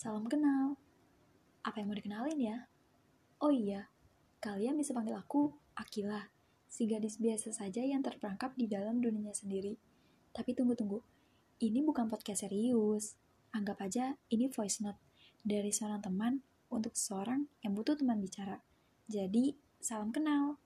Salam kenal. Apa yang mau dikenalin ya? Oh iya, kalian bisa panggil aku Akila, si gadis biasa saja yang terperangkap di dalam dunianya sendiri. Tapi tunggu, ini bukan podcast serius. Anggap aja ini voice note dari seorang teman untuk seseorang yang butuh teman bicara. Jadi, salam kenal.